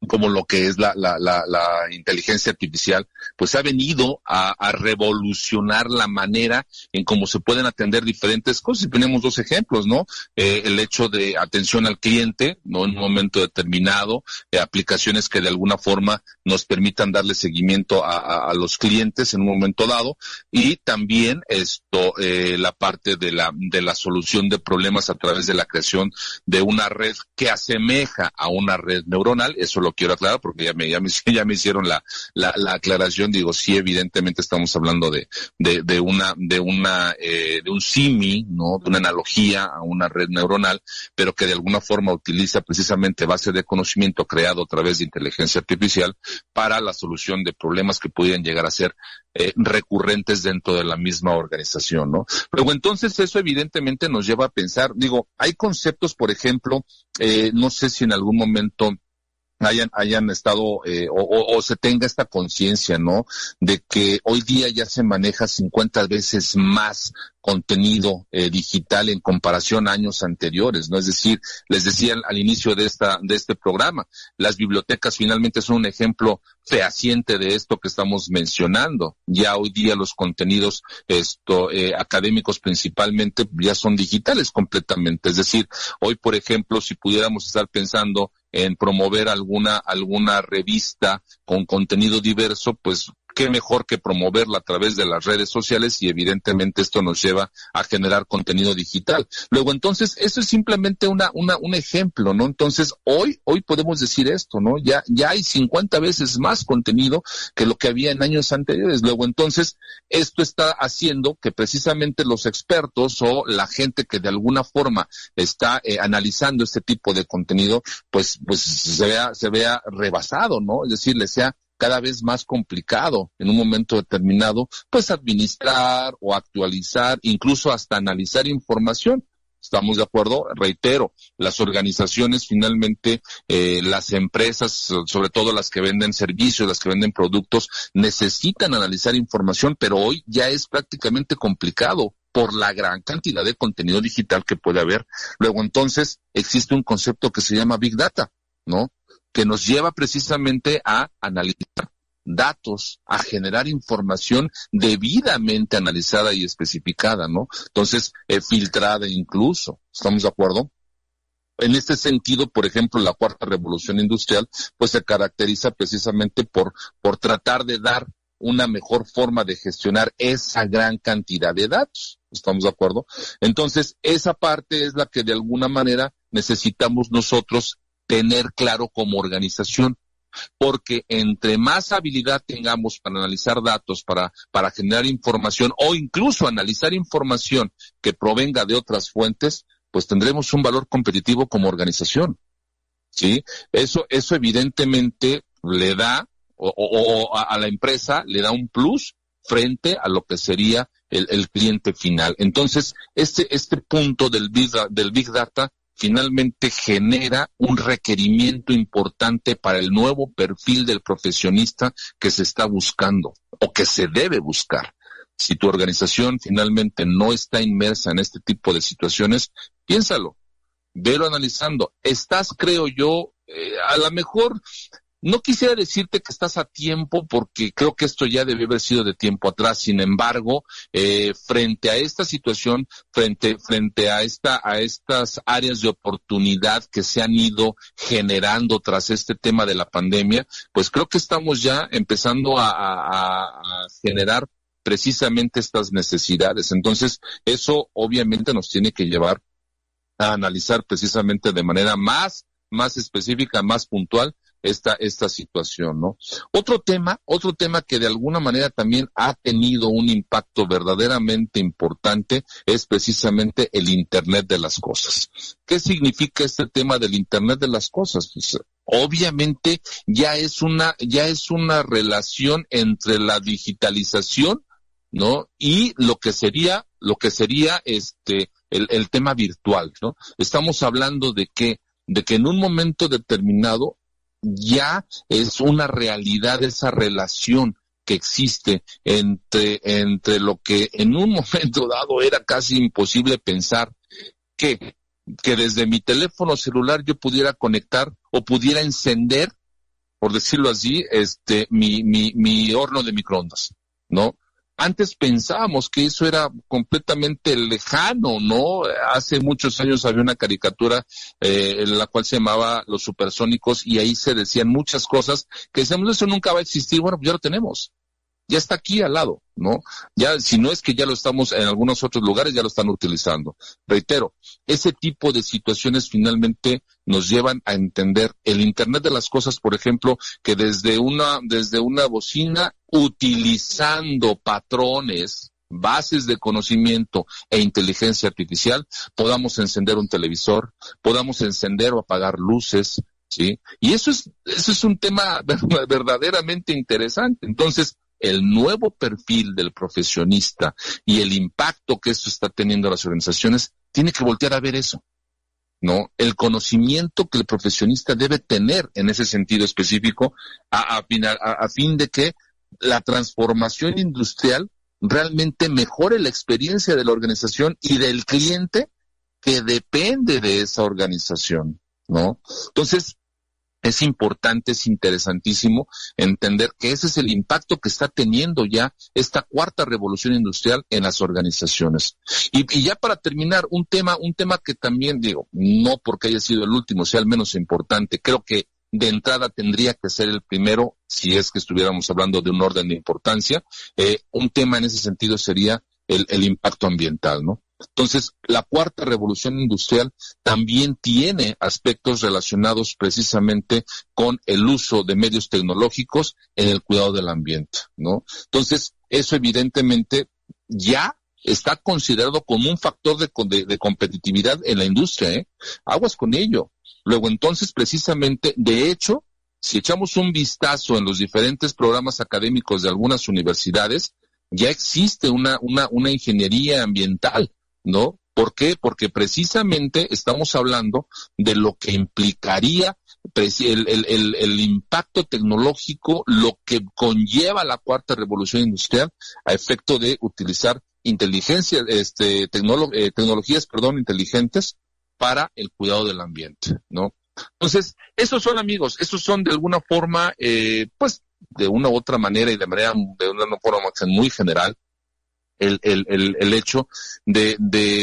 como lo que es la, la, la, la inteligencia artificial, pues ha venido a, a revolucionar la manera en cómo se pueden atender diferentes cosas. Y tenemos dos ejemplos, ¿no? Eh, el hecho de atención al cliente, ¿no? En un momento determinado, eh, aplicaciones que de alguna forma nos permitan darle seguimiento a, a, a los clientes en un momento dado, y también esto, eh, la parte de la, de la solución de problemas a través de la creación de una red que asemeja a una red neuronal. Eso lo quiero aclarar porque ya me, ya me, ya me hicieron la, la, la aclaración. Digo, sí, evidentemente estamos hablando de, de, de una, de una, eh, de un simi, ¿no? De una analogía a una red neuronal, pero que de alguna forma utiliza precisamente base de conocimiento creado a través de inteligencia artificial para la solución de problemas que pudieran llegar a ser eh, recurrentes dentro de la misma organización, ¿no? Luego, entonces, eso evidentemente nos lleva a pensar, digo, hay conceptos, por ejemplo, eh, no sé si en algún momento hayan hayan estado eh, o, o, o se tenga esta conciencia, ¿no? De que hoy día ya se maneja cincuenta veces más contenido eh, digital en comparación a años anteriores, ¿no? Es decir, les decía al, al inicio de esta de este programa, las bibliotecas finalmente son un ejemplo fehaciente de esto que estamos mencionando. Ya hoy día los contenidos esto eh, académicos principalmente ya son digitales completamente. Es decir, hoy, por ejemplo, si pudiéramos estar pensando en promover alguna alguna revista con contenido diverso, pues qué mejor que promoverla a través de las redes sociales, y evidentemente esto nos lleva a generar contenido digital. Luego, entonces, eso es simplemente una una un ejemplo, ¿no? Entonces, hoy hoy podemos decir esto, ¿no? Ya ya hay cincuenta veces más contenido que lo que había en años anteriores. Luego, entonces, esto está haciendo que precisamente los expertos o la gente que de alguna forma está eh, analizando este tipo de contenido, pues pues se vea se vea rebasado, ¿no? Es decir, le sea cada vez más complicado en un momento determinado, pues administrar o actualizar, incluso hasta analizar información. ¿Estamos de acuerdo? Reitero, las organizaciones finalmente, eh, las empresas, sobre todo las que venden servicios, las que venden productos, necesitan analizar información, pero hoy ya es prácticamente complicado por la gran cantidad de contenido digital que puede haber. Luego, entonces, existe un concepto que se llama Big Data, ¿no? Que nos lleva precisamente a analizar datos, a generar información debidamente analizada y especificada, ¿no? Entonces, eh, filtrada incluso. ¿Estamos de acuerdo? En este sentido, por ejemplo, la cuarta revolución industrial, pues se caracteriza precisamente por, por tratar de dar una mejor forma de gestionar esa gran cantidad de datos. ¿Estamos de acuerdo? Entonces, esa parte es la que de alguna manera necesitamos nosotros tener claro como organización, porque entre más habilidad tengamos para analizar datos, para para generar información o incluso analizar información que provenga de otras fuentes, pues tendremos un valor competitivo como organización, ¿sí? Eso eso evidentemente le da o, o, o a la empresa le da un plus frente a lo que sería el, el cliente final. Entonces, este este punto del big, del big data finalmente genera un requerimiento importante para el nuevo perfil del profesionista que se está buscando o que se debe buscar. Si tu organización finalmente no está inmersa en este tipo de situaciones, piénsalo, velo analizando. Estás, creo yo, eh, a lo mejor, no quisiera decirte que estás a tiempo, porque creo que esto ya debe haber sido de tiempo atrás. Sin embargo, eh, frente a esta situación, frente, frente a esta, a estas áreas de oportunidad que se han ido generando tras este tema de la pandemia, pues creo que estamos ya empezando a, a, a generar precisamente estas necesidades. Entonces, eso obviamente nos tiene que llevar a analizar precisamente de manera más, más específica, más puntual, esta esta situación, ¿no? Otro tema, otro tema que de alguna manera también ha tenido un impacto verdaderamente importante es precisamente el Internet de las cosas. ¿Qué significa este tema del Internet de las cosas? Pues, obviamente ya es una ya es una relación entre la digitalización, ¿no? Y lo que sería lo que sería este el el tema virtual, ¿no? Estamos hablando de que de que en un momento determinado ya es una realidad esa relación que existe entre, entre lo que en un momento dado era casi imposible pensar, que, que desde mi teléfono celular yo pudiera conectar o pudiera encender por decirlo así, este, mi, mi, mi horno de microondas, ¿no? Antes pensábamos que eso era completamente lejano, ¿no? Hace muchos años había una caricatura eh, en la cual se llamaba Los Supersónicos y ahí se decían muchas cosas que decíamos, eso nunca va a existir. Bueno, pues ya lo tenemos. Ya está aquí al lado, ¿no? Ya, si no es que ya lo estamos en algunos otros lugares, ya lo están utilizando. Reitero, ese tipo de situaciones finalmente nos llevan a entender el Internet de las cosas, por ejemplo, que desde una, desde una bocina, utilizando patrones, bases de conocimiento e inteligencia artificial, podamos encender un televisor, podamos encender o apagar luces, ¿sí? Y eso es, eso es un tema verdaderamente interesante. Entonces, el nuevo perfil del profesionista y el impacto que esto está teniendo en las organizaciones, tiene que voltear a ver eso, ¿no? El conocimiento que el profesionista debe tener en ese sentido específico a, a, a, a fin de que la transformación industrial realmente mejore la experiencia de la organización y del cliente que depende de esa organización, ¿no? Entonces, es importante, es interesantísimo entender que ese es el impacto que está teniendo ya esta cuarta revolución industrial en las organizaciones. Y, y ya para terminar, un tema, un tema que también digo, no porque haya sido el último, sea el menos importante, creo que de entrada tendría que ser el primero, si es que estuviéramos hablando de un orden de importancia, eh, un tema en ese sentido sería el, el impacto ambiental, ¿no? Entonces, la cuarta revolución industrial también tiene aspectos relacionados precisamente con el uso de medios tecnológicos en el cuidado del ambiente, ¿no? Entonces, eso evidentemente ya está considerado como un factor de, de, de competitividad en la industria, ¿eh? Aguas con ello. Luego, entonces, precisamente, de hecho, si echamos un vistazo en los diferentes programas académicos de algunas universidades, ya existe una, una, una ingeniería ambiental, ¿no? ¿Por qué? Porque precisamente estamos hablando de lo que implicaría el, el, el, el impacto tecnológico, lo que conlleva la cuarta revolución industrial a efecto de utilizar inteligencia, este, tecnolo, eh, tecnologías, perdón, inteligentes para el cuidado del ambiente, ¿no? Entonces, esos son, amigos, esos son de alguna forma, eh, pues, de una u otra manera y de manera, de una forma muy general, el, el, el, el hecho de,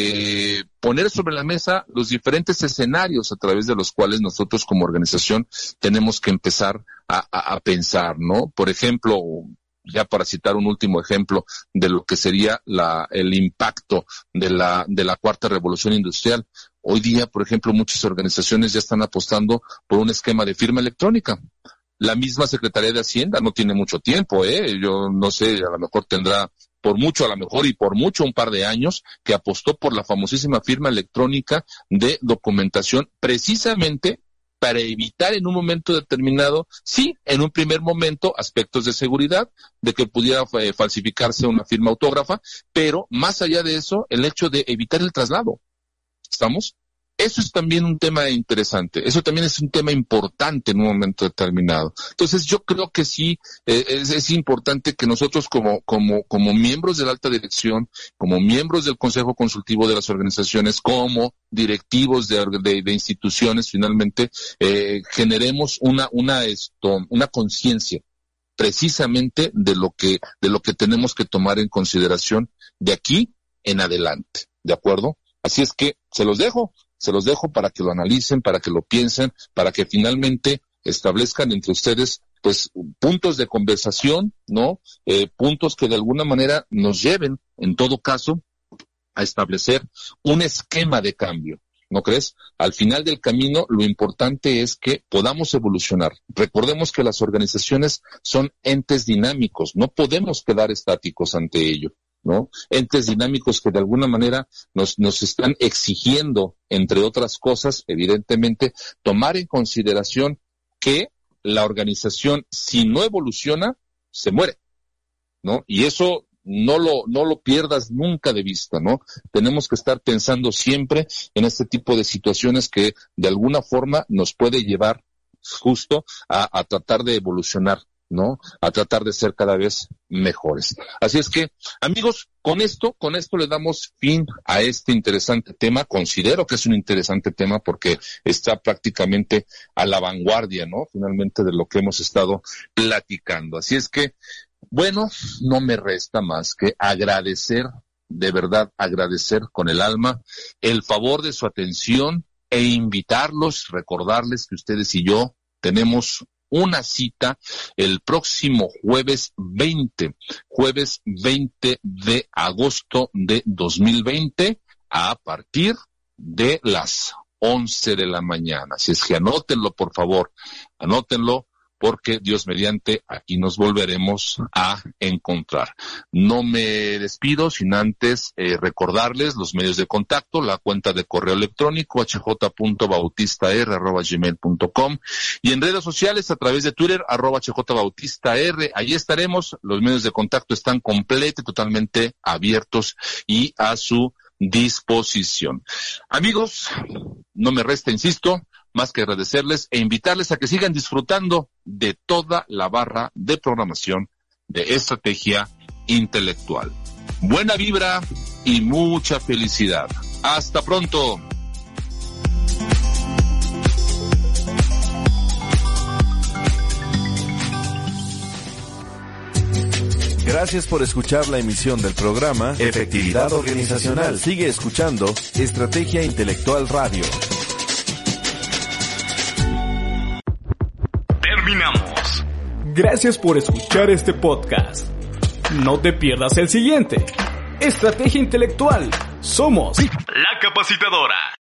de poner sobre la mesa los diferentes escenarios a través de los cuales nosotros como organización tenemos que empezar a, a, a pensar, ¿no? Por ejemplo, ya para citar un último ejemplo de lo que sería la, el impacto de la, de la cuarta revolución industrial. Hoy día, por ejemplo, muchas organizaciones ya están apostando por un esquema de firma electrónica. La misma Secretaría de Hacienda no tiene mucho tiempo, ¿eh? Yo no sé, a lo mejor tendrá por mucho, a lo mejor y por mucho un par de años, que apostó por la famosísima firma electrónica de documentación, precisamente para evitar en un momento determinado, sí, en un primer momento, aspectos de seguridad, de que pudiera eh, falsificarse una firma autógrafa, pero más allá de eso, el hecho de evitar el traslado. ¿Estamos? Eso es también un tema interesante, eso también es un tema importante en un momento determinado. Entonces yo creo que sí, eh, es, es importante que nosotros como, como, como miembros de la alta dirección, como miembros del Consejo Consultivo de las organizaciones, como directivos de, de, de instituciones, finalmente, eh, generemos una, una, esto, una conciencia precisamente de lo que, de lo que tenemos que tomar en consideración de aquí en adelante, ¿de acuerdo? Así es que se los dejo. Se los dejo para que lo analicen, para que lo piensen, para que finalmente establezcan entre ustedes, pues, puntos de conversación, ¿no? Eh, puntos que de alguna manera nos lleven, en todo caso, a establecer un esquema de cambio, ¿no crees? Al final del camino, lo importante es que podamos evolucionar. Recordemos que las organizaciones son entes dinámicos, no podemos quedar estáticos ante ello, ¿no? Entes dinámicos que de alguna manera nos, nos están exigiendo, entre otras cosas, evidentemente, tomar en consideración que la organización, si no evoluciona, se muere, ¿no? Y eso no lo, no lo pierdas nunca de vista, ¿no? Tenemos que estar pensando siempre en este tipo de situaciones que de alguna forma nos puede llevar justo a, a tratar de evolucionar ¿no? A tratar de ser cada vez mejores. Así es que, amigos, con esto, con esto le damos fin a este interesante tema. Considero que es un interesante tema porque está prácticamente a la vanguardia, ¿no? Finalmente de lo que hemos estado platicando. Así es que, bueno, no me resta más que agradecer, de verdad agradecer con el alma el favor de su atención e invitarlos, recordarles que ustedes y yo tenemos una cita el próximo jueves veinte, jueves veinte de agosto de dos mil veinte a partir de las once de la mañana. Así es que anótenlo, por favor, anótenlo, porque Dios mediante aquí nos volveremos a encontrar. No me despido sin antes eh, recordarles los medios de contacto, la cuenta de correo electrónico h j punto bautista r arroba gmail punto com y en redes sociales a través de Twitter arroba h j bautista r. Allí estaremos, los medios de contacto están completos, totalmente abiertos y a su disposición. Amigos, no me resta, insisto, más que agradecerles e invitarles a que sigan disfrutando de toda la barra de programación de Estrategia Intelectual. Buena vibra y mucha felicidad. Hasta pronto. Gracias por escuchar la emisión del programa Efectividad Organizacional. Sigue escuchando Estrategia Intelectual Radio. Terminamos. Gracias por escuchar este podcast. No te pierdas el siguiente. Estrategia Intelectual. Somos la capacitadora.